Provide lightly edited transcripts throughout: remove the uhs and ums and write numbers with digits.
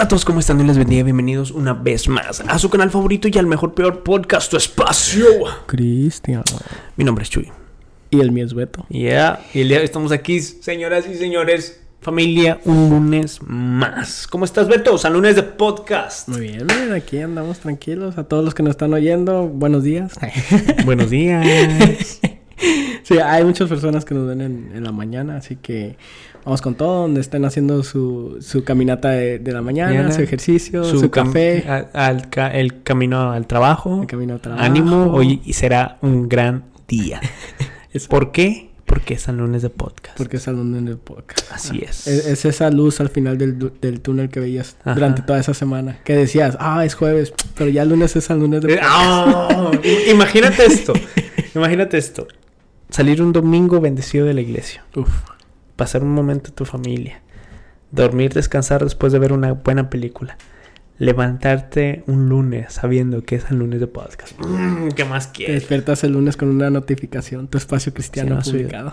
Hola a todos, ¿cómo están? Dios les bendiga, bienvenidos una vez más a su canal favorito y al mejor peor podcast, Tu Espacio. Cristian. Mi nombre es Chuy. Y el mío es Beto. Y el día de hoy estamos aquí, señoras y señores, familia, un lunes más. ¿Cómo estás, Beto? San lunes de podcast. Muy bien, miren, aquí andamos tranquilos. A todos los que nos están oyendo, buenos días. Buenos días. Sí, hay muchas personas que nos ven en la mañana, así que vamos con todo, donde estén haciendo su caminata de la mañana, su ejercicio, su café. El camino al trabajo. El camino al trabajo. Ánimo, hoy será un gran día. ¿Por qué? Porque es San lunes de podcast. Porque es San lunes de podcast. Así es. Es esa luz al final del túnel que veías durante toda esa semana. Que decías, es jueves, pero ya el lunes es San lunes de podcast. Imagínate esto. Imagínate esto. Salir un domingo bendecido de la iglesia. Pasar un momento en tu familia. Dormir, descansar después de ver una buena película. Levantarte un lunes sabiendo que es el lunes de podcast. ¿Qué más Te quieres? despiertas el lunes con una notificación. Tu espacio cristiano publicado.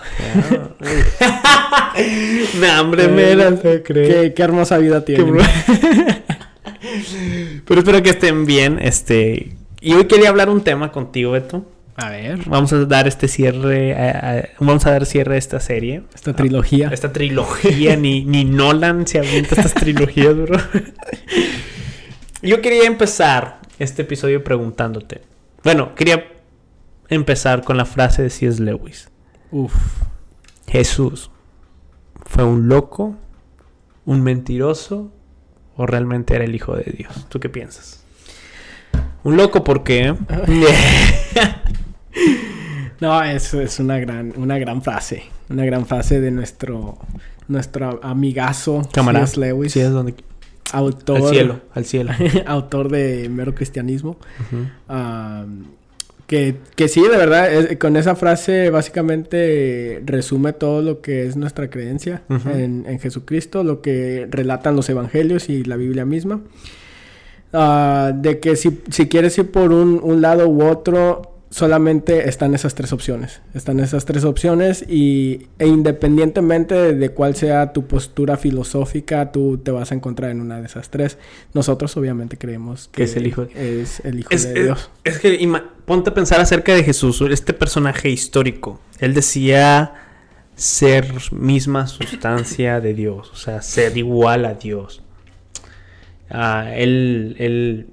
Hombre, mera, se cree. Qué hermosa vida tienen. Pero espero que estén bien. Y hoy quería hablar un tema contigo, Beto. A ver. Vamos a dar cierre. Vamos a dar cierre a esta serie. Esta trilogía. Esta trilogía. ni Nolan se avienta estas trilogías, bro. Yo quería empezar este episodio preguntándote. Bueno, quería empezar con la frase de C.S. Lewis. ¿Jesús fue un loco, un mentiroso o realmente era el Hijo de Dios? ¿Tú qué piensas? Un loco, ¿por qué? No, es una gran frase. Una gran frase de nuestro amigazo Camarada C.S. Lewis. Sí, es donde... Autor... Al cielo. Autor de Mero Cristianismo. Que sí, de verdad, con esa frase básicamente resume todo lo que es nuestra creencia en Jesucristo, lo que relatan los evangelios y la Biblia misma. De que si quieres ir por un lado u otro, solamente están esas tres opciones. E independientemente de cuál sea tu postura filosófica, tú te vas a encontrar en una de esas tres. Nosotros obviamente creemos que es el Hijo de Dios. Es que ponte a pensar acerca de Jesús, este personaje histórico. Él decía ser misma sustancia de Dios, o sea, ser igual a Dios. Él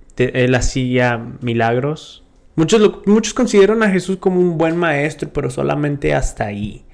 hacía milagros. Muchos consideran a Jesús como un buen maestro, pero solamente hasta ahí.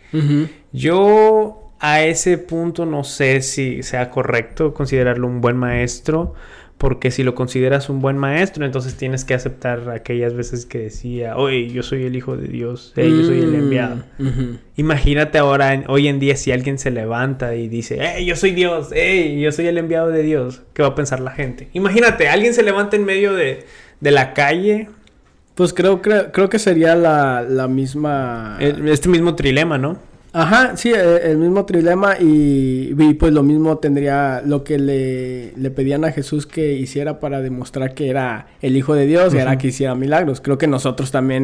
Yo a ese punto no sé si sea correcto considerarlo un buen maestro, porque si lo consideras un buen maestro, entonces tienes que aceptar aquellas veces que decía, oye, yo soy el Hijo de Dios, yo soy el enviado. Imagínate ahora, hoy en día, si alguien se levanta y dice, yo soy Dios, yo soy el enviado de Dios, ¿qué va a pensar la gente? Imagínate, alguien se levanta en medio de la calle. Pues creo que sería la misma... Este mismo trilema, ¿no? Ajá, sí, el mismo trilema y pues lo mismo tendría lo que le pedían a Jesús que hiciera para demostrar que era el Hijo de Dios, era que hiciera milagros. Creo que nosotros también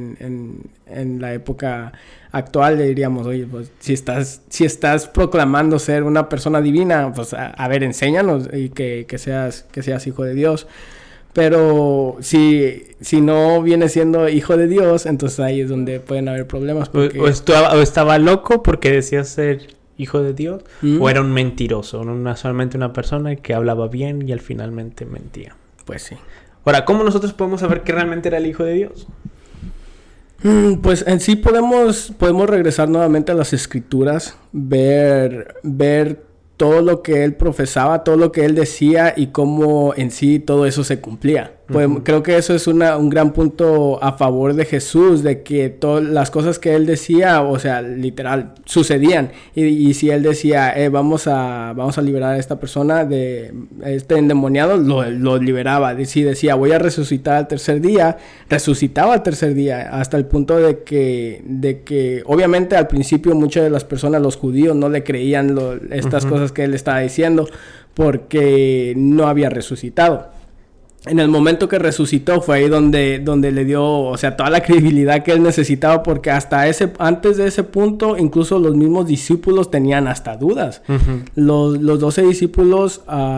en la época actual le diríamos, oye, pues si estás proclamando ser una persona divina, pues a ver, enséñanos y que seas Hijo de Dios. Pero si no viene siendo Hijo de Dios, entonces ahí es donde pueden haber problemas. Porque... O estaba loco porque decía ser Hijo de Dios, o era un mentiroso, solamente una persona que hablaba bien y al finalmente mentía. Pues sí. Ahora, ¿cómo nosotros podemos saber que realmente era el Hijo de Dios? Pues en sí podemos regresar nuevamente a las Escrituras, ver todo lo que él profesaba, todo lo que él decía y cómo en sí todo eso se cumplía. Pues, creo que eso es un gran punto a favor de Jesús, de que todas las cosas que él decía, o sea, literal, sucedían. Y si él decía, vamos a liberar a esta persona de este endemoniado, lo liberaba. Si decía, voy a resucitar al tercer día, resucitaba al tercer día, hasta el punto de que obviamente al principio muchas de las personas, los judíos, no le creían estas cosas que él estaba diciendo, porque no había resucitado. en el momento que resucitó fue ahí donde le dio, o sea, toda la credibilidad que él necesitaba, porque antes de ese punto, incluso los mismos discípulos tenían hasta dudas. Los 12 discípulos,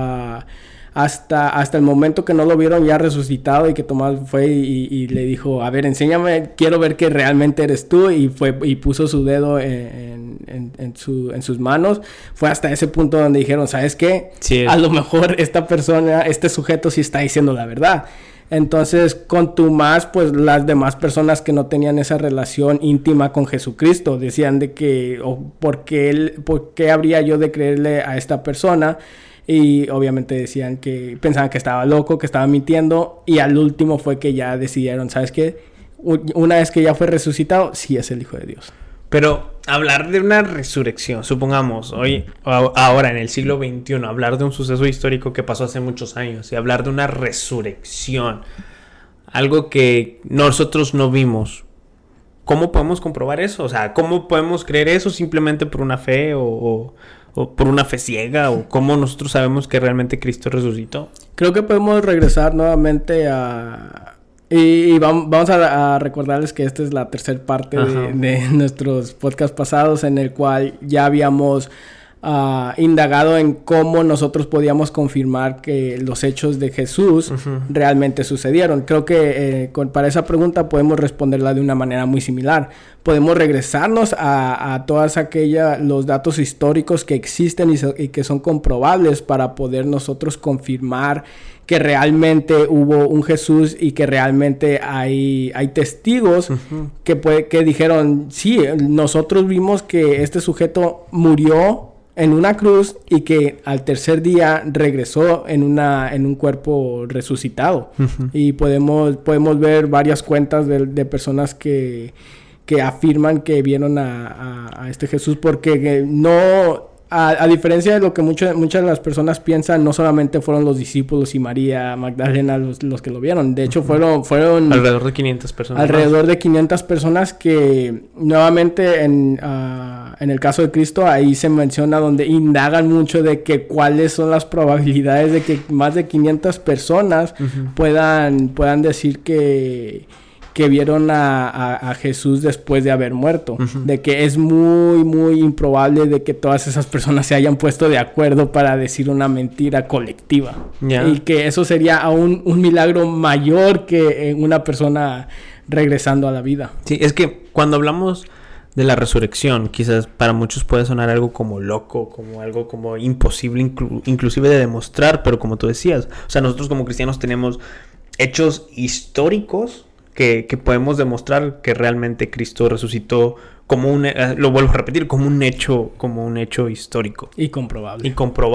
hasta el momento que no lo vieron ya resucitado, y que Tomás fue y le dijo, a ver, enséñame, quiero ver que realmente eres tú, y puso su dedo en sus manos. Fue hasta ese punto donde dijeron, ¿sabes qué? Sí. A lo mejor esta persona, este sujeto sí está diciendo la verdad. Entonces, con Tomás, pues las demás personas que no tenían esa relación íntima con Jesucristo decían de que, ¿por qué habría yo de creerle a esta persona? Y obviamente decían que pensaban que estaba loco, que estaba mintiendo. Y al último fue que ya decidieron, ¿sabes qué? Una vez que ya fue resucitado, sí es el Hijo de Dios. Pero hablar de una resurrección, supongamos, ahora en el siglo XXI, hablar de un suceso histórico que pasó hace muchos años, y hablar de una resurrección, algo que nosotros no vimos, ¿cómo podemos comprobar eso? O sea, ¿cómo podemos creer eso simplemente por una fe o por una fe ciega? ¿O cómo nosotros sabemos que realmente Cristo resucitó? Creo que podemos regresar nuevamente y vamos a recordarles que esta es la tercera parte de nuestros podcasts pasados, en el cual ya habíamos indagado en cómo nosotros podíamos confirmar que los hechos de Jesús realmente sucedieron. Creo que para esa pregunta podemos responderla de una manera muy similar. Podemos regresarnos a todas los datos históricos que existen y que son comprobables, para poder nosotros confirmar que realmente hubo un Jesús, y que realmente hay testigos que dijeron, sí, nosotros vimos que este sujeto murió en una cruz, y que al tercer día regresó en un cuerpo resucitado. Y podemos ver varias cuentas de personas que afirman que vieron a este Jesús, porque no... A diferencia de lo que muchas de las personas piensan, no solamente fueron los discípulos y María Magdalena los que lo vieron. De hecho, fueron alrededor de 500 personas. Alrededor de 500 personas que, nuevamente, en el caso de Cristo, ahí se menciona, donde indagan mucho de que cuáles son las probabilidades de que más de 500 personas puedan decir que vieron a Jesús después de haber muerto. De que es muy, muy improbable de que todas esas personas se hayan puesto de acuerdo para decir una mentira colectiva. Y que eso sería aún un milagro mayor que una persona regresando a la vida. Sí, es que cuando hablamos de la resurrección, quizás para muchos puede sonar algo como loco, como algo como imposible inclusive de demostrar, pero como tú decías, o sea, nosotros como cristianos tenemos hechos históricos que podemos demostrar que realmente Cristo resucitó, como lo vuelvo a repetir, como un hecho histórico. Y comprobable.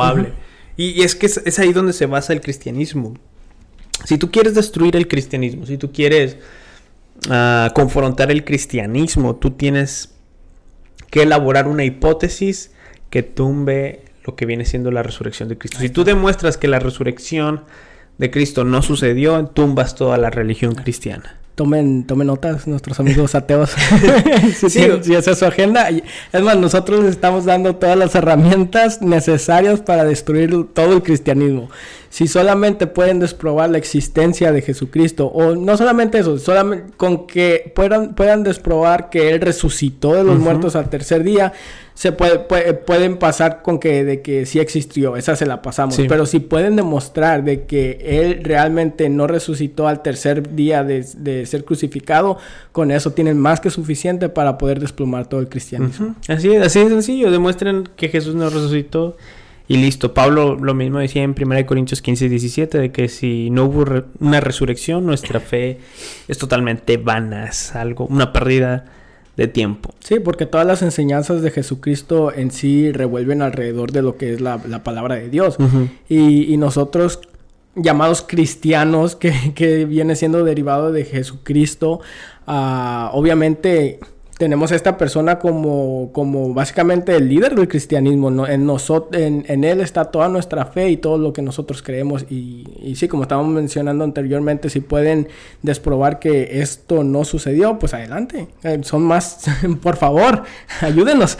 Y es que es ahí donde se basa el cristianismo. Si tú quieres destruir el cristianismo, si tú quieres confrontar el cristianismo, tú tienes que elaborar una hipótesis que tumbe lo que viene siendo la resurrección de Cristo. Si tú demuestras que la resurrección de Cristo no sucedió, tumbas toda la religión cristiana. Tomen notas nuestros amigos ateos. Si esa es su agenda. Es más, nosotros les estamos dando todas las herramientas necesarias para destruir todo el cristianismo. Si solamente pueden desprobar la existencia de Jesucristo, o no solamente eso, solamente con que puedan desprobar que Él resucitó de los muertos al tercer día, se pueden pasar con de que sí existió, esa se la pasamos. Sí. Pero si pueden demostrar de que Él realmente no resucitó al tercer día de ser crucificado, con eso tienen más que suficiente para poder desplomar todo el cristianismo. Así de sencillo, demuestren que Jesús no resucitó y listo. Pablo lo mismo decía en 1 Corintios 15:17, de que si no hubo una resurrección, nuestra fe es totalmente vana, es una pérdida de tiempo. Sí, porque todas las enseñanzas de Jesucristo en sí revuelven alrededor de lo que es la palabra de Dios. Y nosotros, llamados cristianos, que viene siendo derivado de Jesucristo, obviamente tenemos a esta persona como básicamente el líder del cristianismo, ¿no? En él está toda nuestra fe y todo lo que nosotros creemos. Y sí, como estábamos mencionando anteriormente, si pueden desprobar que esto no sucedió, pues adelante. Son más, por favor, ayúdenos.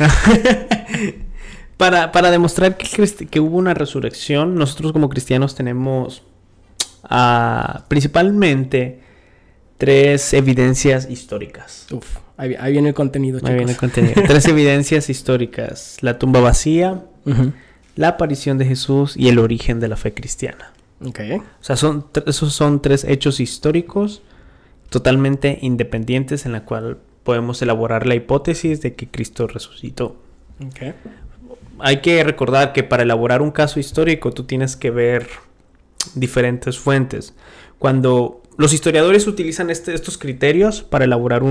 Para demostrar que hubo una resurrección, nosotros como cristianos tenemos a principalmente 3 evidencias históricas. Uf, ahí viene el contenido, chicos. Ahí viene el contenido. 3 evidencias históricas. La tumba vacía, la aparición de Jesús y el origen de la fe cristiana. Okay. O sea, esos son 3 hechos históricos totalmente independientes en la cual podemos elaborar la hipótesis de que Cristo resucitó. Okay. Hay que recordar que para elaborar un caso histórico tú tienes que ver diferentes fuentes. Cuando los historiadores utilizan estos criterios para elaborar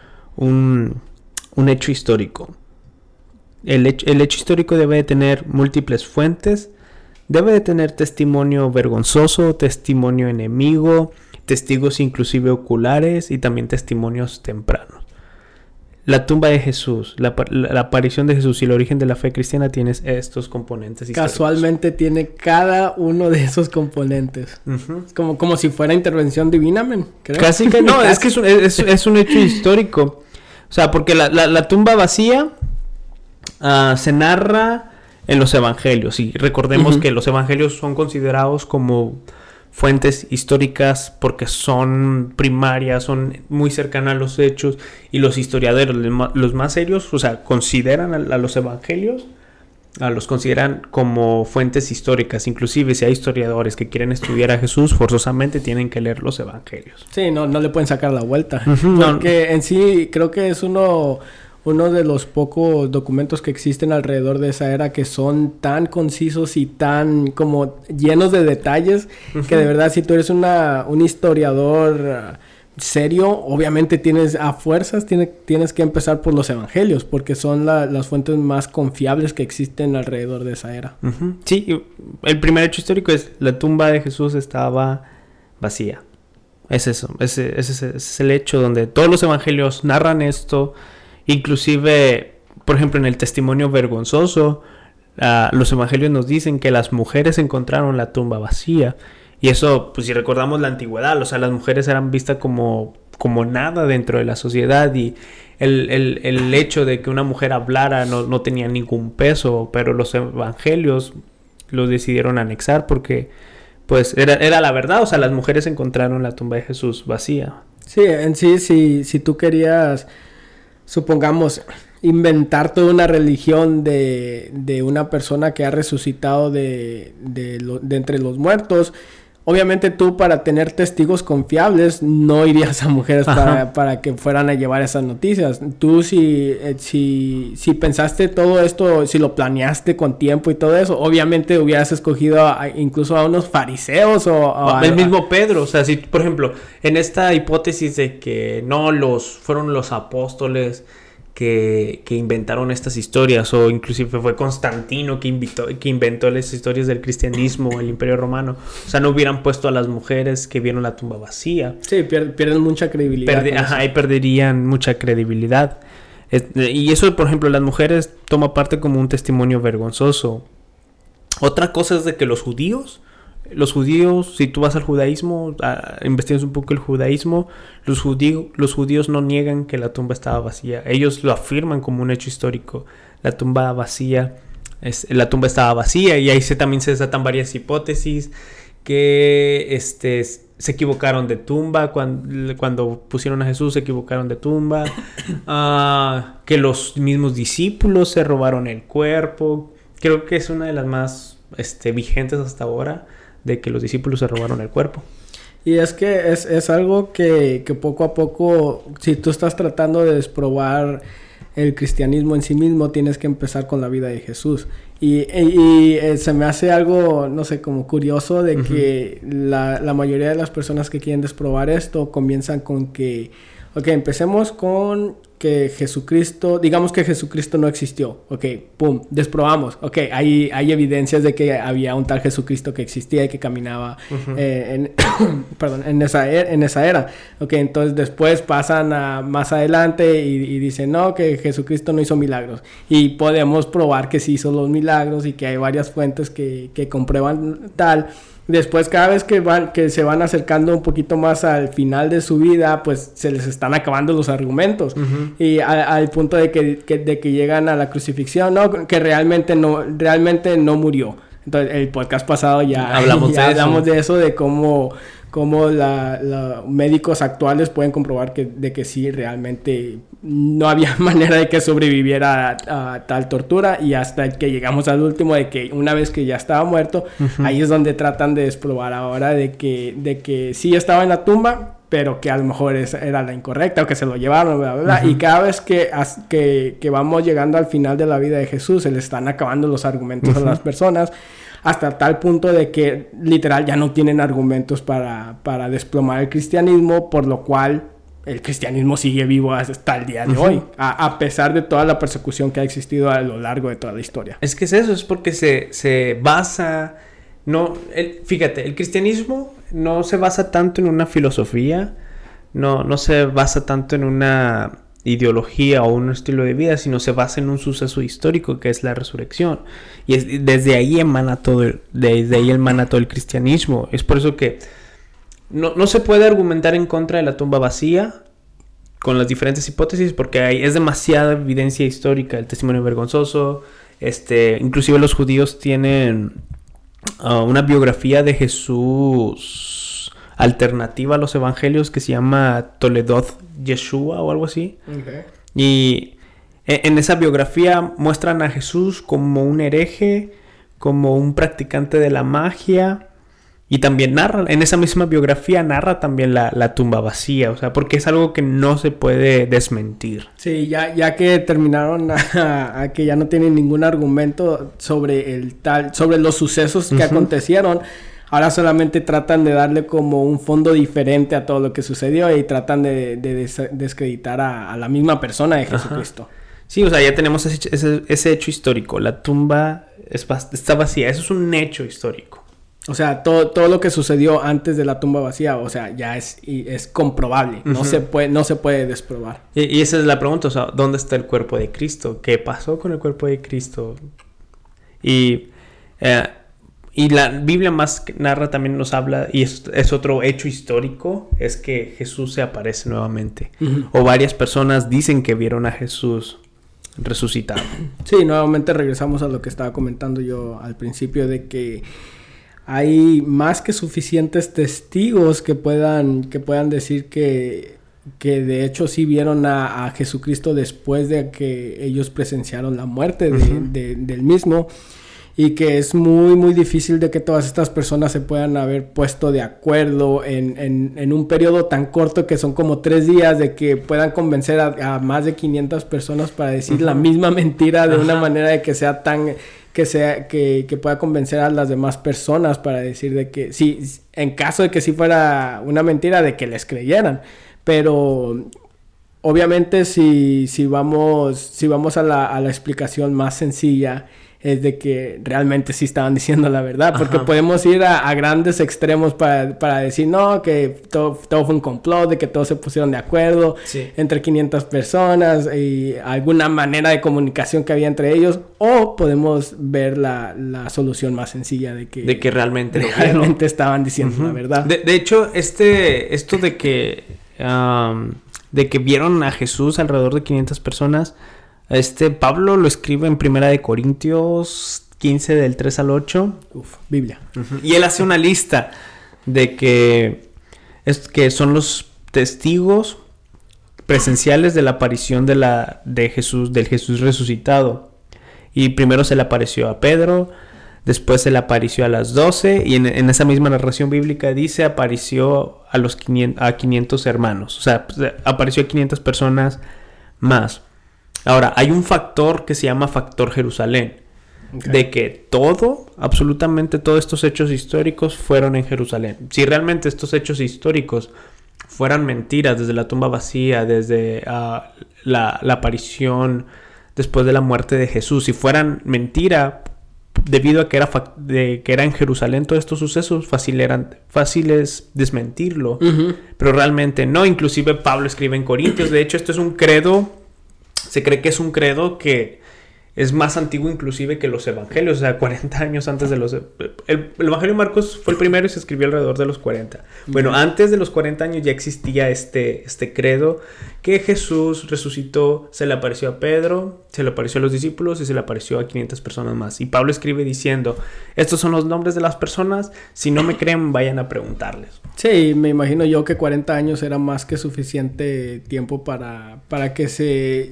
un hecho histórico. El hecho histórico debe de tener múltiples fuentes, debe de tener testimonio vergonzoso, testimonio enemigo, testigos inclusive oculares y también testimonios tempranos. La tumba de Jesús, la aparición de Jesús y el origen de la fe cristiana tiene estos componentes históricos. Casualmente tiene cada uno de esos componentes. Es como si fuera intervención divina, men, creo. Casi que no, es que es un hecho histórico. O sea, porque la tumba vacía se narra en los evangelios. Y recordemos que los evangelios son considerados como fuentes históricas porque son primarias, son muy cercanas a los hechos, y los historiadores, los más serios, o sea, consideran a los evangelios, los consideran como fuentes históricas. Inclusive si hay historiadores que quieren estudiar a Jesús, forzosamente tienen que leer los evangelios. Sí, no le pueden sacar la vuelta. Porque en sí creo que es uno de los pocos documentos que existen alrededor de esa era que son tan concisos y tan como llenos de detalles que de verdad si tú eres un historiador serio, obviamente tienes que empezar por los evangelios porque son las fuentes más confiables que existen alrededor de esa era. Sí, el primer hecho histórico es la tumba de Jesús estaba vacía. Es eso, ese es el hecho donde todos los evangelios narran esto. Inclusive, por ejemplo, en el testimonio vergonzoso, los evangelios nos dicen que las mujeres encontraron la tumba vacía. Y eso, pues si recordamos la antigüedad, o sea, las mujeres eran vistas como nada dentro de la sociedad. Y el hecho de que una mujer hablara no tenía ningún peso. Pero los evangelios los decidieron anexar porque, pues, era la verdad. O sea, las mujeres encontraron la tumba de Jesús vacía. Sí, en sí, si tú querías, supongamos, inventar toda una religión de una persona que ha resucitado de entre los muertos, obviamente tú para tener testigos confiables no irías a mujeres para que fueran a llevar esas noticias. Tú si pensaste todo esto, si lo planeaste con tiempo y todo eso, obviamente hubieras escogido incluso a unos fariseos o el mismo Pedro. O sea, si por ejemplo en esta hipótesis de que fueron los apóstoles que inventaron estas historias, o inclusive fue Constantino que inventó las historias del cristianismo, el Imperio Romano, o sea, no hubieran puesto a las mujeres que vieron la tumba vacía. Sí, pierden mucha credibilidad. Y perderían mucha credibilidad. Y eso, por ejemplo, las mujeres toma parte como un testimonio vergonzoso. Otra cosa es de que los judíos, si tú vas al judaísmo, investigas un poco el judaísmo, los judíos no niegan que la tumba estaba vacía. Ellos lo afirman como un hecho histórico. La tumba estaba vacía, y ahí también se desatan varias hipótesis que se equivocaron de tumba cuando pusieron a Jesús, se equivocaron de tumba, que los mismos discípulos se robaron el cuerpo. Creo que es una de las más vigentes hasta ahora, de que los discípulos se robaron el cuerpo. Y es que es algo que poco a poco, si tú estás tratando de desprobar el cristianismo en sí mismo, tienes que empezar con la vida de Jesús. Y se me hace algo, no sé, como curioso de que la mayoría de las personas que quieren desprobar esto comienzan con que, empecemos con que Jesucristo, digamos que Jesucristo no existió, pum, desprobamos, hay evidencias de que había un tal Jesucristo que existía y que caminaba en esa era, entonces después pasan a más adelante y dicen, no, que Jesucristo no hizo milagros, y podemos probar que sí hizo los milagros y que hay varias fuentes que comprueban tal. Después, cada vez que se van acercando un poquito más al final de su vida, pues se les están acabando los argumentos. Y al punto de que llegan a la crucifixión, ¿no? Que realmente no murió. Entonces, el podcast pasado ya hablamos de eso, de cómo los médicos actuales pueden comprobar de que sí, realmente no había manera de que sobreviviera a tal tortura, y hasta que llegamos al último de que una vez que ya estaba muerto, ahí es donde tratan de desprobar ahora de que sí estaba en la tumba, pero que a lo mejor era la incorrecta o que se lo llevaron, bla, bla, bla. Y cada vez que vamos llegando al final de la vida de Jesús, se le están acabando los argumentos a las personas, hasta tal punto de que literal ya no tienen argumentos para desplomar el cristianismo, por lo cual el cristianismo sigue vivo hasta el día de hoy, a pesar de toda la persecución que ha existido a lo largo de toda la historia. Es que es eso, es porque se basa... fíjate, el cristianismo no se basa tanto en una filosofía, no se basa tanto en una ideología o un estilo de vida, sino se basa en un suceso histórico que es la resurrección. Y desde ahí emana todo el cristianismo. Es por eso que no se puede argumentar en contra de la tumba vacía con las diferentes hipótesis, porque es demasiada evidencia histórica, el testimonio vergonzoso. Inclusive los judíos tienen una biografía de Jesús alternativa a los evangelios que se llama Toledoth Yeshua o algo así. Okay. Y en esa biografía muestran a Jesús como un hereje, como un practicante de la magia, y también en esa misma biografía narra también la tumba vacía, o sea, porque es algo que no se puede desmentir. Sí, ya que terminaron a que ya no tienen ningún argumento sobre los sucesos que acontecieron, ahora solamente tratan de darle como un fondo diferente a todo lo que sucedió y tratan de descreditar a la misma persona de Jesucristo. Sí, o sea, ya tenemos ese hecho histórico. La tumba está vacía. Eso es un hecho histórico. O sea, todo lo que sucedió antes de la tumba vacía, o sea, ya es comprobable. No se puede desprobar. Y esa es la pregunta, o sea, ¿dónde está el cuerpo de Cristo? ¿Qué pasó con el cuerpo de Cristo? Y la Biblia más que narra también nos habla, y es otro hecho histórico, es que Jesús se aparece nuevamente. O varias personas dicen que vieron a Jesús resucitado. Sí, nuevamente regresamos a lo que estaba comentando yo al principio, de que hay más que suficientes testigos que puedan decir que de hecho sí vieron a Jesucristo después de que ellos presenciaron la muerte del mismo, y que es muy muy difícil de que todas estas personas se puedan haber puesto de acuerdo en un periodo tan corto que son como 3 días, de que puedan convencer a más de 500 personas para decir la misma mentira de una manera de que sea tan... que pueda convencer a las demás personas para decir de que sí, en caso de que sí fuera una mentira, de que les creyeran. Pero obviamente si vamos a la explicación más sencilla, es de que realmente sí estaban diciendo la verdad, porque podemos ir a grandes extremos para decir no, que todo fue un complot, de que todos se pusieron de acuerdo entre 500 personas y alguna manera de comunicación que había entre ellos, o podemos ver la solución más sencilla de que realmente estaban diciendo la verdad. De hecho, esto de que vieron a Jesús alrededor de 500 personas, Pablo lo escribe en 1 Corintios 15 del 3 al 8. Biblia. Y él hace una lista de que son los testigos presenciales de la aparición del Jesús resucitado. Y primero se le apareció a Pedro, después se le apareció a las 12, y en esa misma narración bíblica dice apareció a 500 hermanos. O sea, apareció a 500 personas más. Ahora, hay un factor que se llama factor Jerusalén. Okay. De que absolutamente todos estos hechos históricos fueron en Jerusalén. Si realmente estos hechos históricos fueran mentiras, desde la tumba vacía, desde la aparición después de la muerte de Jesús, si fueran mentira debido a que era en Jerusalén todos estos sucesos, fáciles desmentirlo. Pero realmente no. Inclusive Pablo escribe en Corintios. De hecho, esto es un credo. Se cree que es un credo que es más antiguo inclusive que los evangelios, o sea, 40 años antes de los... El evangelio de Marcos fue el primero y se escribió alrededor de los 40. Bueno, antes de los 40 años ya existía este credo que Jesús resucitó, se le apareció a Pedro, se le apareció a los discípulos y se le apareció a 500 personas más. Y Pablo escribe diciendo, estos son los nombres de las personas, si no me creen vayan a preguntarles. Sí, me imagino yo que 40 años era más que suficiente tiempo para que se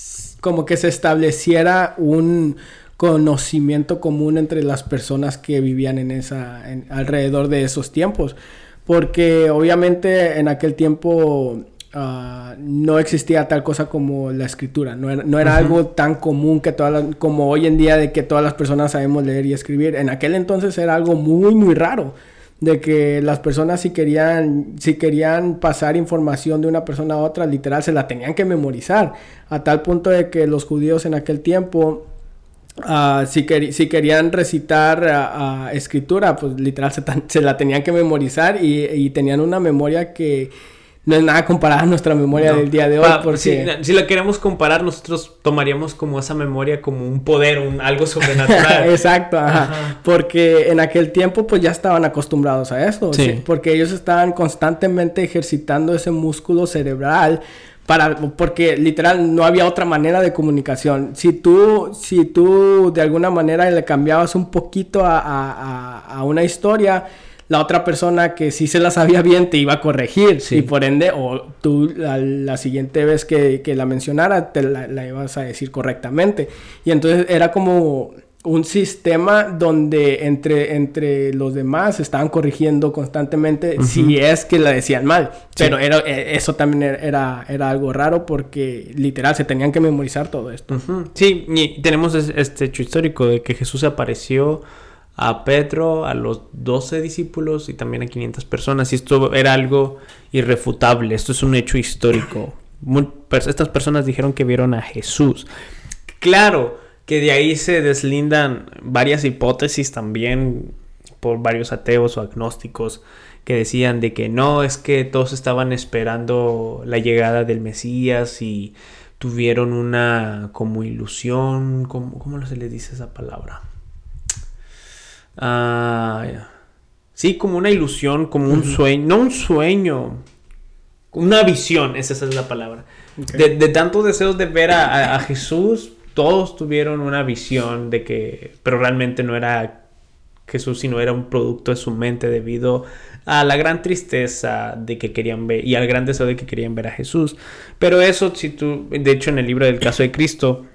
estableciera un conocimiento común entre las personas que vivían alrededor de esos tiempos, porque obviamente en aquel tiempo no existía tal cosa como la escritura, no era algo tan común que como hoy en día de que todas las personas sabemos leer y escribir. En aquel entonces era algo muy muy raro, de que las personas si querían pasar información de una persona a otra, literal se la tenían que memorizar, a tal punto de que los judíos en aquel tiempo si querían recitar escritura, pues literal se la tenían que memorizar y tenían una memoria que no es nada comparada a nuestra memoria del día de hoy. Porque... Si la queremos comparar, nosotros tomaríamos como esa memoria como un poder, algo sobrenatural. Exacto, ajá. Porque en aquel tiempo pues ya estaban acostumbrados a eso. Sí. Porque ellos estaban constantemente ejercitando ese músculo cerebral porque literal no había otra manera de comunicación. Si tú de alguna manera le cambiabas un poquito a una historia, la otra persona que sí se la sabía bien te iba a corregir. Sí. Y por ende, o tú la siguiente vez que la mencionara, te la ibas a decir correctamente. Y entonces era como un sistema donde entre los demás estaban corrigiendo constantemente si es que la decían mal. Sí. Pero eso también era algo raro porque literal se tenían que memorizar todo esto. Sí, y tenemos este hecho histórico de que Jesús se apareció a Pedro, a los 12 discípulos y también a 500 personas. Y esto era algo irrefutable. Esto es un hecho histórico. Estas personas dijeron que vieron a Jesús. Claro que de ahí se deslindan varias hipótesis también por varios ateos o agnósticos que decían de que no, es que todos estaban esperando la llegada del Mesías y tuvieron una como ilusión. ¿Cómo se les dice esa palabra? Sí, como una ilusión, como un sueño, no un sueño, una visión, esa es la palabra. Okay. De tantos deseos de ver a Jesús, todos tuvieron una visión de que, pero realmente no era Jesús, sino era un producto de su mente debido a la gran tristeza de que querían ver y al gran deseo de que querían ver a Jesús. Pero eso, de hecho, en el libro del caso de Cristo,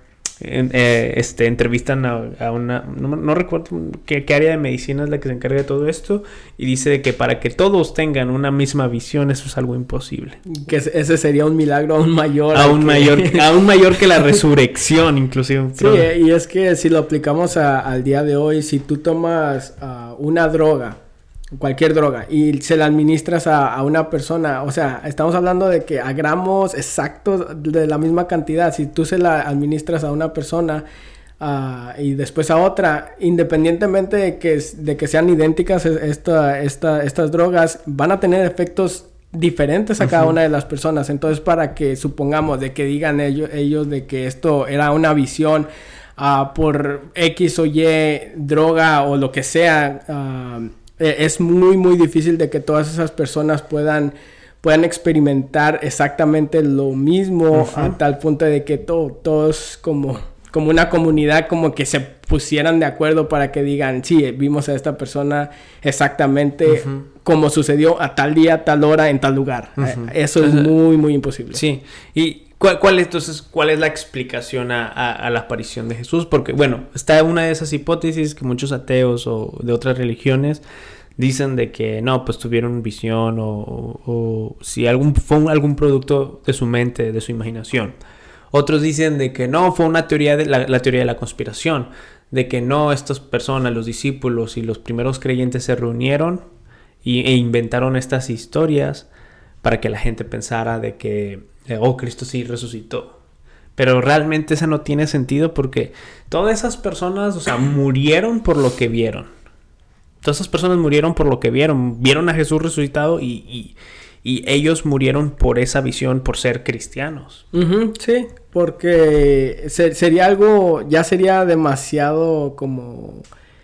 entrevistan a una, no recuerdo qué área de medicina es la que se encarga de todo esto, y dice de que para que todos tengan una misma visión eso es algo imposible, que ese sería un milagro aún mayor aún mayor que la resurrección inclusive. Sí, y es que si lo aplicamos al día de hoy, si tú tomas una droga, cualquier droga, y se la administras a una persona, o sea, estamos hablando de que a gramos exactos de la misma cantidad, si tú se la administras a una persona y después a otra, independientemente de que sean idénticas estas drogas, van a tener efectos diferentes a cada una de las personas. Entonces, para que supongamos de que digan ellos de que esto era una visión por X o Y droga o lo que sea, es muy muy difícil de que todas esas personas puedan experimentar exactamente lo mismo a tal punto de que todos como una comunidad como que se pusieran de acuerdo para que digan, sí, vimos a esta persona exactamente como sucedió a tal día, tal hora, en tal lugar. Eso es muy muy imposible. Sí, y ¿cuál es la explicación a la aparición de Jesús? Porque, bueno, está una de esas hipótesis que muchos ateos o de otras religiones dicen de que no, pues tuvieron visión o si fue algún producto de su mente, de su imaginación. Otros dicen de que no, fue una teoría la teoría de la conspiración, de que no, estas personas, los discípulos y los primeros creyentes se reunieron e inventaron estas historias para que la gente pensara de que Cristo sí resucitó. Pero realmente eso no tiene sentido porque todas esas personas, o sea, murieron por lo que vieron. Todas esas personas murieron por lo que vieron. Vieron a Jesús resucitado y Y ellos murieron por esa visión, por ser cristianos. Sí, porque sería algo, ya sería demasiado como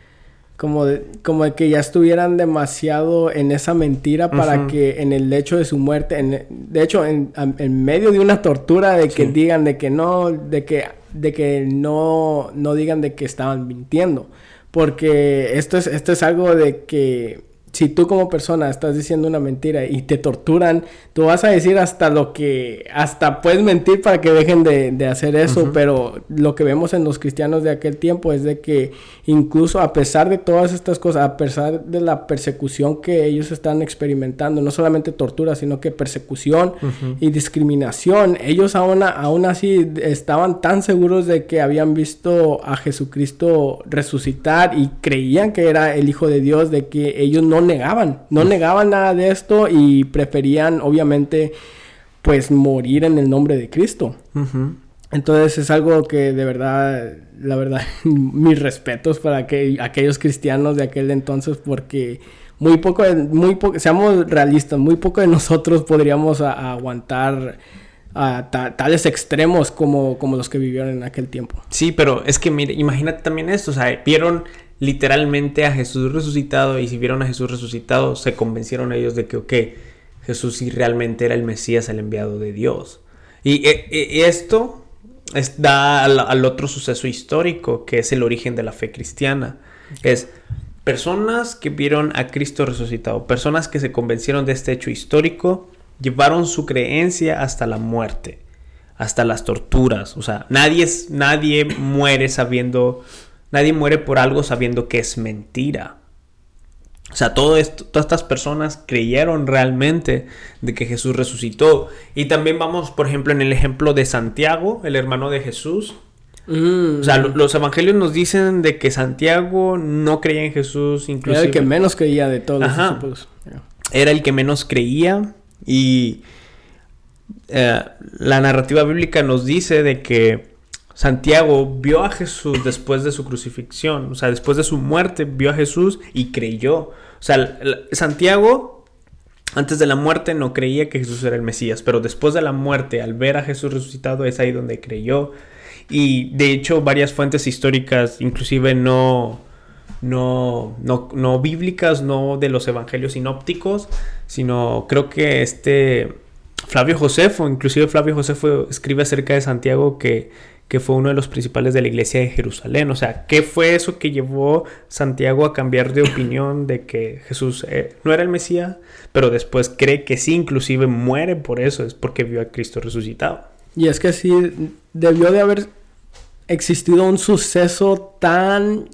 de que ya estuvieran demasiado en esa mentira para que en el hecho de su muerte, de hecho en medio de una tortura de que digan de que no, de que no digan de que estaban mintiendo, porque esto es algo de que si tú como persona estás diciendo una mentira y te torturan, tú vas a decir hasta puedes mentir para que dejen de hacer eso, pero lo que vemos en los cristianos de aquel tiempo es de que incluso a pesar de todas estas cosas, a pesar de la persecución que ellos están experimentando, no solamente tortura, sino que persecución y discriminación, ellos aún así estaban tan seguros de que habían visto a Jesucristo resucitar y creían que era el Hijo de Dios, de que ellos no negaban nada de esto y preferían obviamente pues morir en el nombre de Cristo. Entonces es algo que de verdad, la verdad, mis respetos para aquellos cristianos de aquel entonces, porque muy poco, seamos realistas, muy poco de nosotros podríamos aguantar tales extremos como los que vivieron en aquel tiempo. Sí, pero es que mire, imagínate también esto, o sea, vieron literalmente a Jesús resucitado, y si vieron a Jesús resucitado, se convencieron ellos de que Jesús sí realmente era el Mesías, el enviado de Dios. Y esto da al otro suceso histórico, que es el origen de la fe cristiana. Es personas que vieron a Cristo resucitado, personas que se convencieron de este hecho histórico, llevaron su creencia hasta la muerte, hasta las torturas. O sea, nadie muere por algo sabiendo que es mentira. O sea, todas estas personas creyeron realmente de que Jesús resucitó. Y también vamos, por ejemplo, en el ejemplo de Santiago, el hermano de Jesús. O sea, los evangelios nos dicen de que Santiago no creía en Jesús, inclusive. Era el que menos creía de todos los discípulos. Era el que menos creía. Y la narrativa bíblica nos dice de que Santiago vio a Jesús después de su crucifixión, o sea, después de su muerte, vio a Jesús y creyó. O sea, Santiago, antes de la muerte, no creía que Jesús era el Mesías, pero después de la muerte, al ver a Jesús resucitado, es ahí donde creyó. Y de hecho, varias fuentes históricas, inclusive no bíblicas, no de los evangelios sinópticos, sino creo que Flavio Josefo escribe acerca de Santiago que fue uno de los principales de la iglesia de Jerusalén. O sea, ¿qué fue eso que llevó Santiago a cambiar de opinión de que Jesús no era el Mesías, pero después cree que sí, inclusive muere por eso? Es porque vio a Cristo resucitado. Y es que sí, debió de haber existido un suceso tan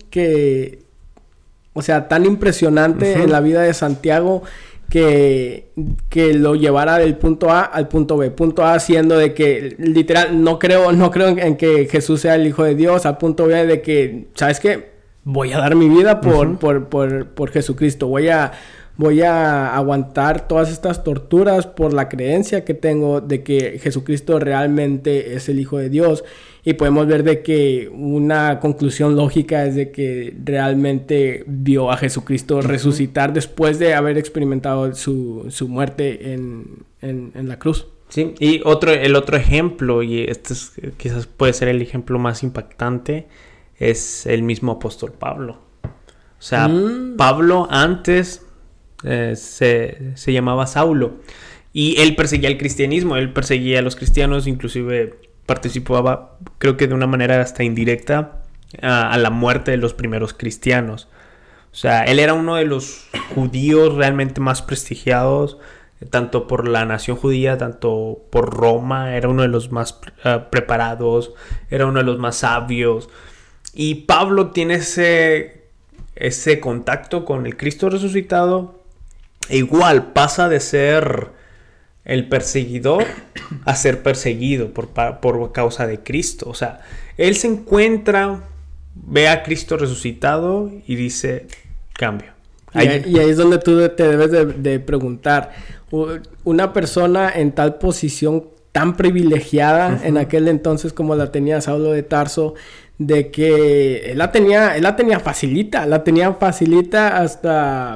impresionante en la vida de Santiago, que lo llevara del punto A al punto B. Punto A siendo de que literal no creo en que Jesús sea el Hijo de Dios. Al punto B de que, ¿sabes qué? Voy a dar mi vida por Jesucristo. Voy a aguantar todas estas torturas por la creencia que tengo de que Jesucristo realmente es el Hijo de Dios. Y podemos ver de que una conclusión lógica es de que realmente vio a Jesucristo resucitar después de haber experimentado su muerte en la cruz. Sí, y el otro ejemplo, y quizás puede ser el ejemplo más impactante, es el mismo apóstol Pablo. O sea, Pablo antes se llamaba Saulo, y él perseguía el cristianismo, él perseguía a los cristianos, inclusive participaba, creo que de una manera hasta indirecta, a la muerte de los primeros cristianos. O sea, él era uno de los judíos realmente más prestigiados, tanto por la nación judía, tanto por Roma. Era uno de los más preparados, era uno de los más sabios. Y Pablo tiene ese contacto con el Cristo resucitado, e igual pasa de ser el perseguidor a ser perseguido por causa de Cristo. O sea, él se encuentra, ve a Cristo resucitado y dice, cambio. Y ahí es donde tú te debes de preguntar, una persona en tal posición tan privilegiada en aquel entonces como la tenía Saulo de Tarso, de que él la tenía facilita hasta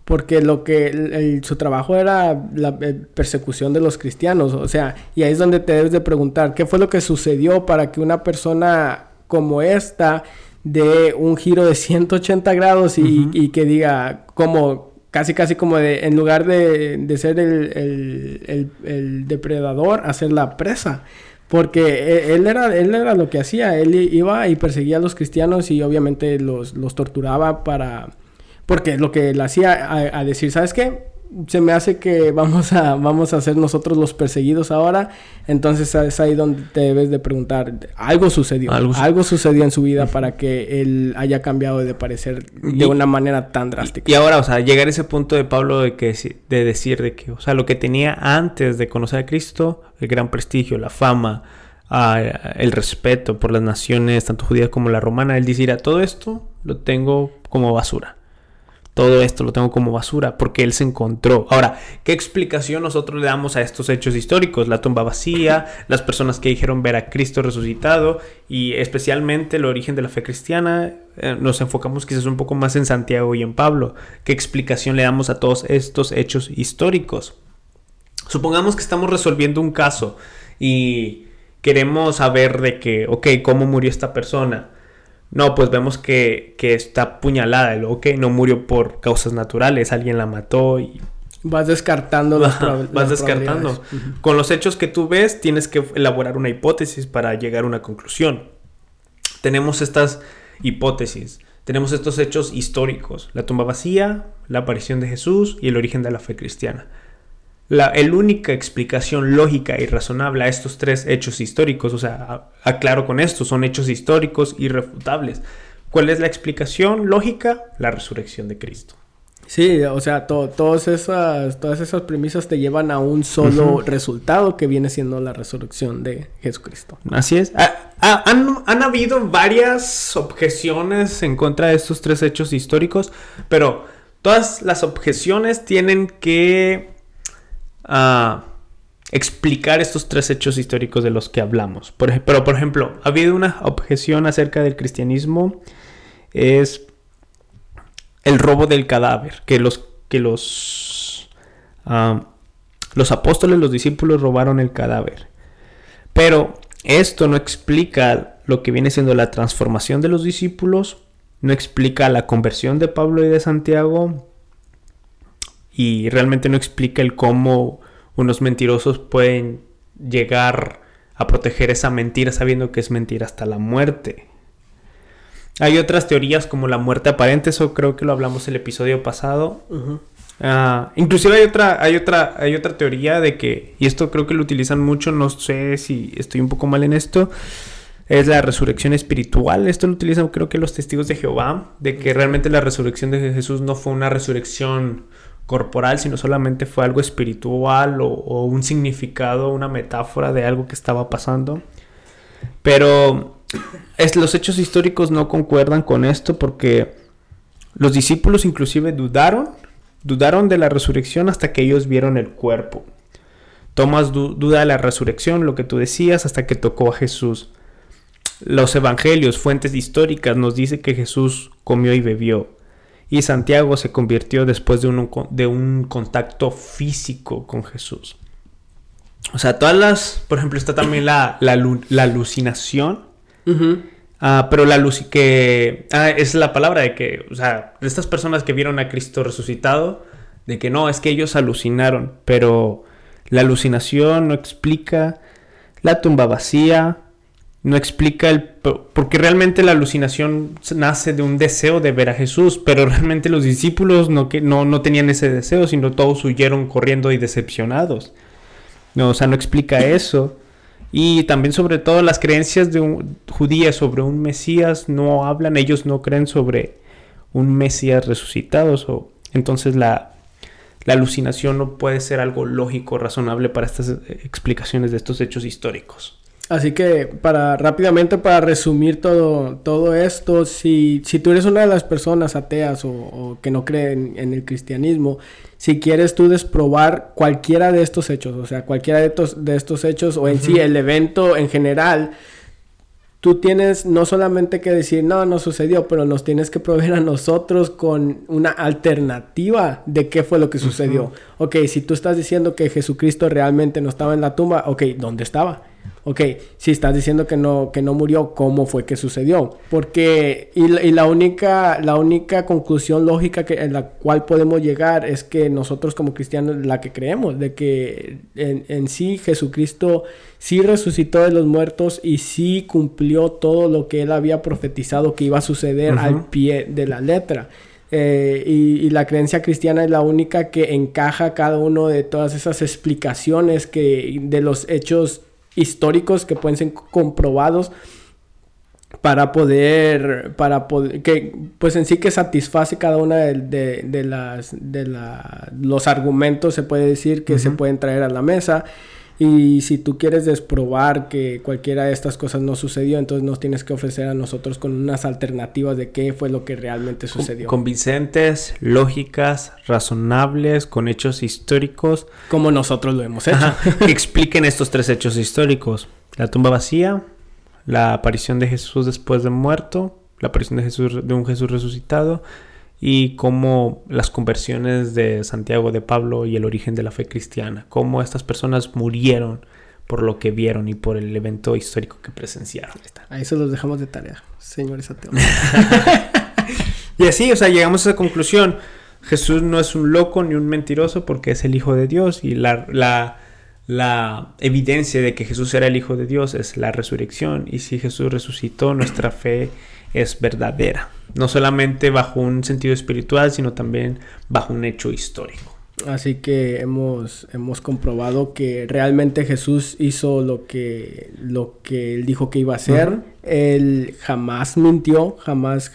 porque su trabajo era la persecución de los cristianos, o sea, y ahí es donde te debes de preguntar, ¿qué fue lo que sucedió para que una persona como esta dé un giro de 180 grados y que diga, como casi como en lugar de ser el depredador, hacer la presa? Porque él era lo que hacía, él iba y perseguía a los cristianos y obviamente los torturaba porque lo que él hacía a decir, ¿sabes qué? Se me hace que vamos a ser nosotros los perseguidos ahora. Entonces es ahí donde te debes de preguntar, algo sucedió en su vida para que él haya cambiado de parecer de una manera tan drástica. Y ahora, o sea, llegar a ese punto de Pablo de decir de que, o sea, lo que tenía antes de conocer a Cristo, el gran prestigio, la fama, el respeto por las naciones, tanto judías como la romana, él decía, todo esto lo tengo como basura. Todo esto lo tengo como basura porque él se encontró. Ahora, ¿qué explicación nosotros le damos a estos hechos históricos? La tumba vacía, las personas que dijeron ver a Cristo resucitado y especialmente el origen de la fe cristiana. Nos enfocamos quizás un poco más en Santiago y en Pablo. ¿Qué explicación le damos a todos estos hechos históricos? Supongamos que estamos resolviendo un caso y queremos saber de que, ¿cómo murió esta persona? No, pues vemos que está apuñalada, luego que no murió por causas naturales, alguien la mató y... Vas descartando vas descartando. Con los hechos que tú ves, tienes que elaborar una hipótesis para llegar a una conclusión. Tenemos estas hipótesis, tenemos estos hechos históricos, la tumba vacía, la aparición de Jesús y el origen de la fe cristiana. La única explicación lógica y razonable a estos tres hechos históricos, o sea, aclaro con esto, son hechos históricos irrefutables. ¿Cuál es la explicación lógica? La resurrección de Cristo. Sí, o sea, todas esas premisas te llevan a un solo resultado que viene siendo la resurrección de Jesucristo. Así es. Han habido varias objeciones en contra de estos tres hechos históricos, pero todas las objeciones tienen que explicar estos tres hechos históricos de los que hablamos. Pero, por ejemplo, ha habido una objeción acerca del cristianismo, es el robo del cadáver, que los apóstoles, los discípulos robaron el cadáver. Pero esto no explica lo que viene siendo la transformación de los discípulos, no explica la conversión de Pablo y de Santiago, y realmente no explica el cómo unos mentirosos pueden llegar a proteger esa mentira sabiendo que es mentira hasta la muerte. Hay otras teorías como la muerte aparente, eso creo que lo hablamos el episodio pasado. Inclusive hay otra teoría de que, y esto creo que lo utilizan mucho, no sé si estoy un poco mal en esto, es la resurrección espiritual. Esto lo utilizan creo que los testigos de Jehová, de que realmente la resurrección de Jesús no fue una resurrección corporal, sino solamente fue algo espiritual o un significado, una metáfora de algo que estaba pasando. Pero los hechos históricos no concuerdan con esto porque los discípulos inclusive dudaron de la resurrección hasta que ellos vieron el cuerpo. Tomás duda de la resurrección, lo que tú decías, hasta que tocó a Jesús. Los evangelios, fuentes históricas, nos dice que Jesús comió y bebió. Y Santiago se convirtió después de un contacto físico con Jesús. O sea, por ejemplo, está también la alucinación. Pero es la palabra de que, o sea, de estas personas que vieron a Cristo resucitado, de que no, es que ellos alucinaron. Pero la alucinación no explica la tumba vacía, no explica porque realmente la alucinación nace de un deseo de ver a Jesús, pero realmente los discípulos no tenían ese deseo, sino todos huyeron corriendo y decepcionados. No, o sea, no explica eso. Y también sobre todo las creencias judías sobre un Mesías no hablan, ellos no creen sobre un Mesías resucitado. Entonces la alucinación no puede ser algo lógico, razonable para estas explicaciones de estos hechos históricos. Así que rápidamente para resumir todo esto, si tú eres una de las personas ateas o que no creen en el cristianismo, si quieres tú desprobar cualquiera de estos hechos, o sea, cualquiera de estos hechos o en sí el evento en general, tú tienes no solamente que decir, no sucedió, pero nos tienes que proveer a nosotros con una alternativa de qué fue lo que sucedió. Ok, si tú estás diciendo que Jesucristo realmente no estaba en la tumba, ok, ¿dónde estaba? Ok, si estás diciendo que no murió, ¿cómo fue que sucedió? Porque, y la única conclusión lógica en la cual podemos llegar es que nosotros como cristianos, la que creemos, de que en sí Jesucristo sí resucitó de los muertos y sí cumplió todo lo que él había profetizado que iba a suceder al pie de la letra. Y la creencia cristiana es la única que encaja cada uno de todas esas explicaciones de los hechos históricos que pueden ser comprobados para poder que pues en sí que satisface cada una de los argumentos, se puede decir, que se pueden traer a la mesa. Y si tú quieres desprobar que cualquiera de estas cosas no sucedió, entonces nos tienes que ofrecer a nosotros con unas alternativas de qué fue lo que realmente sucedió. Convincentes, lógicas, razonables, con hechos históricos. Como nosotros lo hemos hecho. Que expliquen estos 3 hechos históricos. La tumba vacía, la aparición de Jesús después de muerto, la aparición de un Jesús resucitado, y cómo las conversiones de Santiago, de Pablo y el origen de la fe cristiana, cómo estas personas murieron por lo que vieron y por el evento histórico que presenciaron. Ahí se los dejamos de tarea, señores ateos. Y así, o sea, llegamos a esa conclusión. Jesús no es un loco ni un mentiroso porque es el Hijo de Dios, y la evidencia de que Jesús era el Hijo de Dios es la resurrección. Y si Jesús resucitó, nuestra fe es verdadera. No solamente bajo un sentido espiritual, sino también bajo un hecho histórico. Así que hemos comprobado que realmente Jesús hizo lo que él dijo que iba a hacer. Él jamás mintió, jamás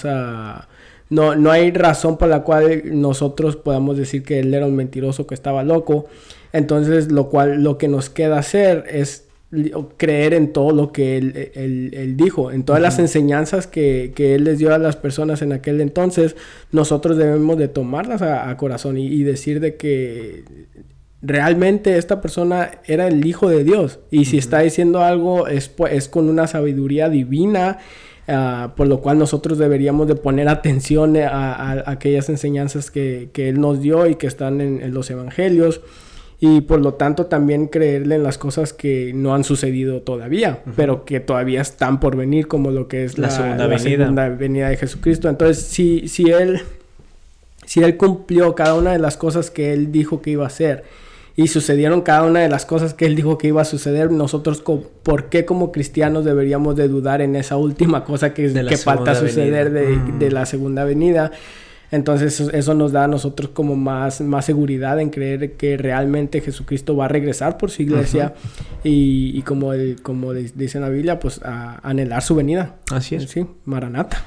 no hay razón por la cual nosotros podamos decir que él era un mentiroso, que estaba loco. Entonces, lo que nos queda hacer es creer en todo lo que él dijo, en todas las enseñanzas que él les dio a las personas en aquel entonces. Nosotros debemos de tomarlas a corazón y decir de que realmente esta persona era el Hijo de Dios, y si está diciendo algo es con una sabiduría divina, por lo cual nosotros deberíamos de poner atención a aquellas enseñanzas que él nos dio y que están en los evangelios. Y por lo tanto también creerle en las cosas que no han sucedido todavía, pero que todavía están por venir, como lo que es la segunda venida de Jesucristo. Entonces, si él cumplió cada una de las cosas que él dijo que iba a hacer, y sucedieron cada una de las cosas que él dijo que iba a suceder, nosotros, ¿por qué como cristianos deberíamos de dudar en esa última cosa que falta suceder de la segunda venida? Entonces eso nos da a nosotros como más seguridad en creer que realmente Jesucristo va a regresar por su iglesia, y como dice en la Biblia, pues a anhelar su venida. Así es. Sí, Maranata.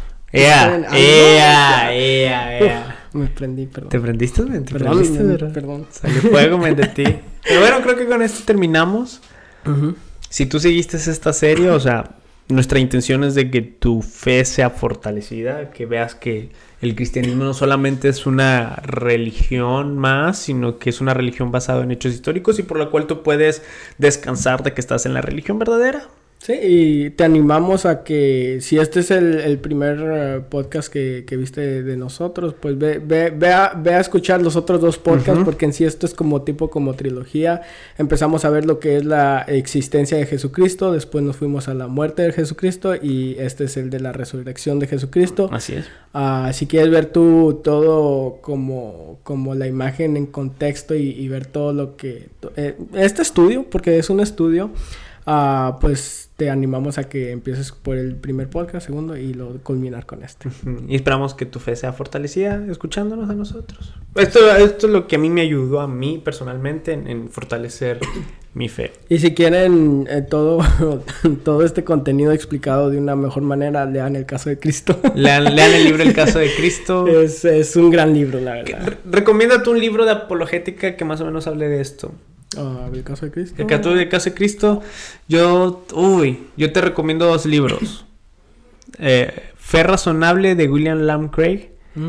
Me prendí, perdón. ¿Te prendiste? Perdón. Salió fuego de ti. Pero bueno, creo que con esto terminamos. Si tú seguiste esta serie, o sea, nuestra intención es de que tu fe sea fortalecida, que veas que el cristianismo no solamente es una religión más, sino que es una religión basada en hechos históricos, y por la cual tú puedes descansar de que estás en la religión verdadera. Sí, y te animamos a que si este es el primer podcast que viste de nosotros, pues ve a escuchar los otros 2 podcasts, porque en sí esto es como trilogía. Empezamos a ver lo que es la existencia de Jesucristo, después nos fuimos a la muerte de Jesucristo, y este es el de la resurrección de Jesucristo. Así es. Si quieres ver tú todo como la imagen en contexto y ver todo lo que... este estudio, porque es un estudio, pues te animamos a que empieces por el primer podcast, segundo, y lo culminar con este. Y esperamos que tu fe sea fortalecida escuchándonos a nosotros. Esto es lo que a mí me ayudó, a mí personalmente, en fortalecer mi fe. Y si quieren todo este contenido explicado de una mejor manera, lean El Caso de Cristo. Lean el libro El Caso de Cristo. Es un gran libro, la verdad. Recomiéndate un libro de apologética que más o menos hable de esto. El Caso de Cristo. El Caso de Cristo. Yo te recomiendo 2 libros. Fe Razonable de William Lane Craig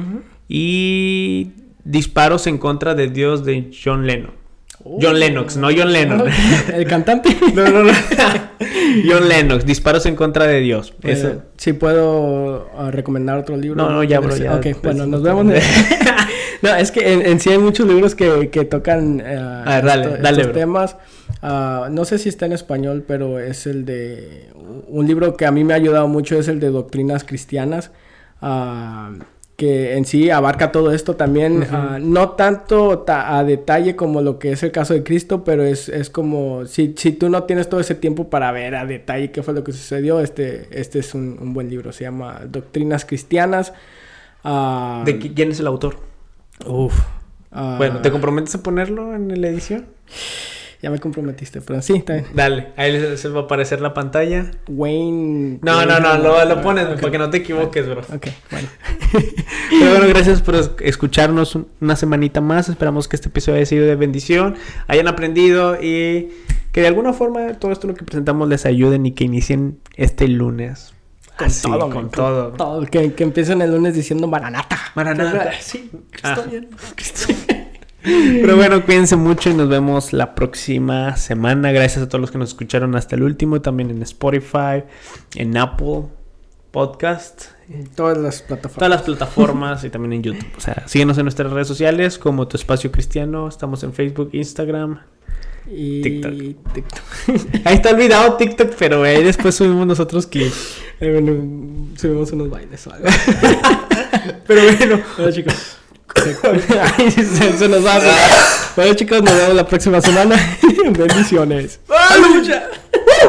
y Disparos en contra de Dios de John Lennon. John Lennox, no John Lennon. ¿El cantante? No. John Lennox, Disparos en contra de Dios. Eso. Sí puedo recomendar otro libro. No, ya, bro, ya. Ok, bueno, nos vemos. No, es que en sí hay muchos libros que tocan estos temas. No sé si está en español, pero es el de... Un libro que a mí me ha ayudado mucho es el de Doctrinas Cristianas. Que en sí abarca todo esto también, no tanto a detalle como lo que es el caso de Cristo, pero es como, si tú no tienes todo ese tiempo para ver a detalle qué fue lo que sucedió, este es un buen libro, se llama Doctrinas Cristianas. ¿De quién es el autor? Bueno, ¿te comprometes a ponerlo en la edición? Ya me comprometiste, pero sí, está bien. Dale, ahí se va a aparecer la pantalla. Wayne... No, lo pones para que no te equivoques, bro. Ok, bueno. Pero bueno, gracias por escucharnos una semanita más. Esperamos que este episodio haya sido de bendición, hayan aprendido y que de alguna forma todo esto lo que presentamos les ayuden y que inicien este lunes. Con todo. Que empiecen el lunes diciendo Maranata. Sí, Cristo bien. Pero bueno, cuídense mucho y nos vemos la próxima semana. Gracias a todos los que nos escucharon hasta el último. También en Spotify, en Apple Podcast. Todas las plataformas y también en YouTube. O sea, síguenos en nuestras redes sociales como Tu Espacio Cristiano. Estamos en Facebook, Instagram y TikTok. Ahí está olvidado TikTok, pero ahí después subimos nosotros clips. Subimos unos bailes o algo. Pero bueno, chicos. Se nos va. Bueno, chicos, nos vemos la próxima semana. Bendiciones. ¡Aleluya!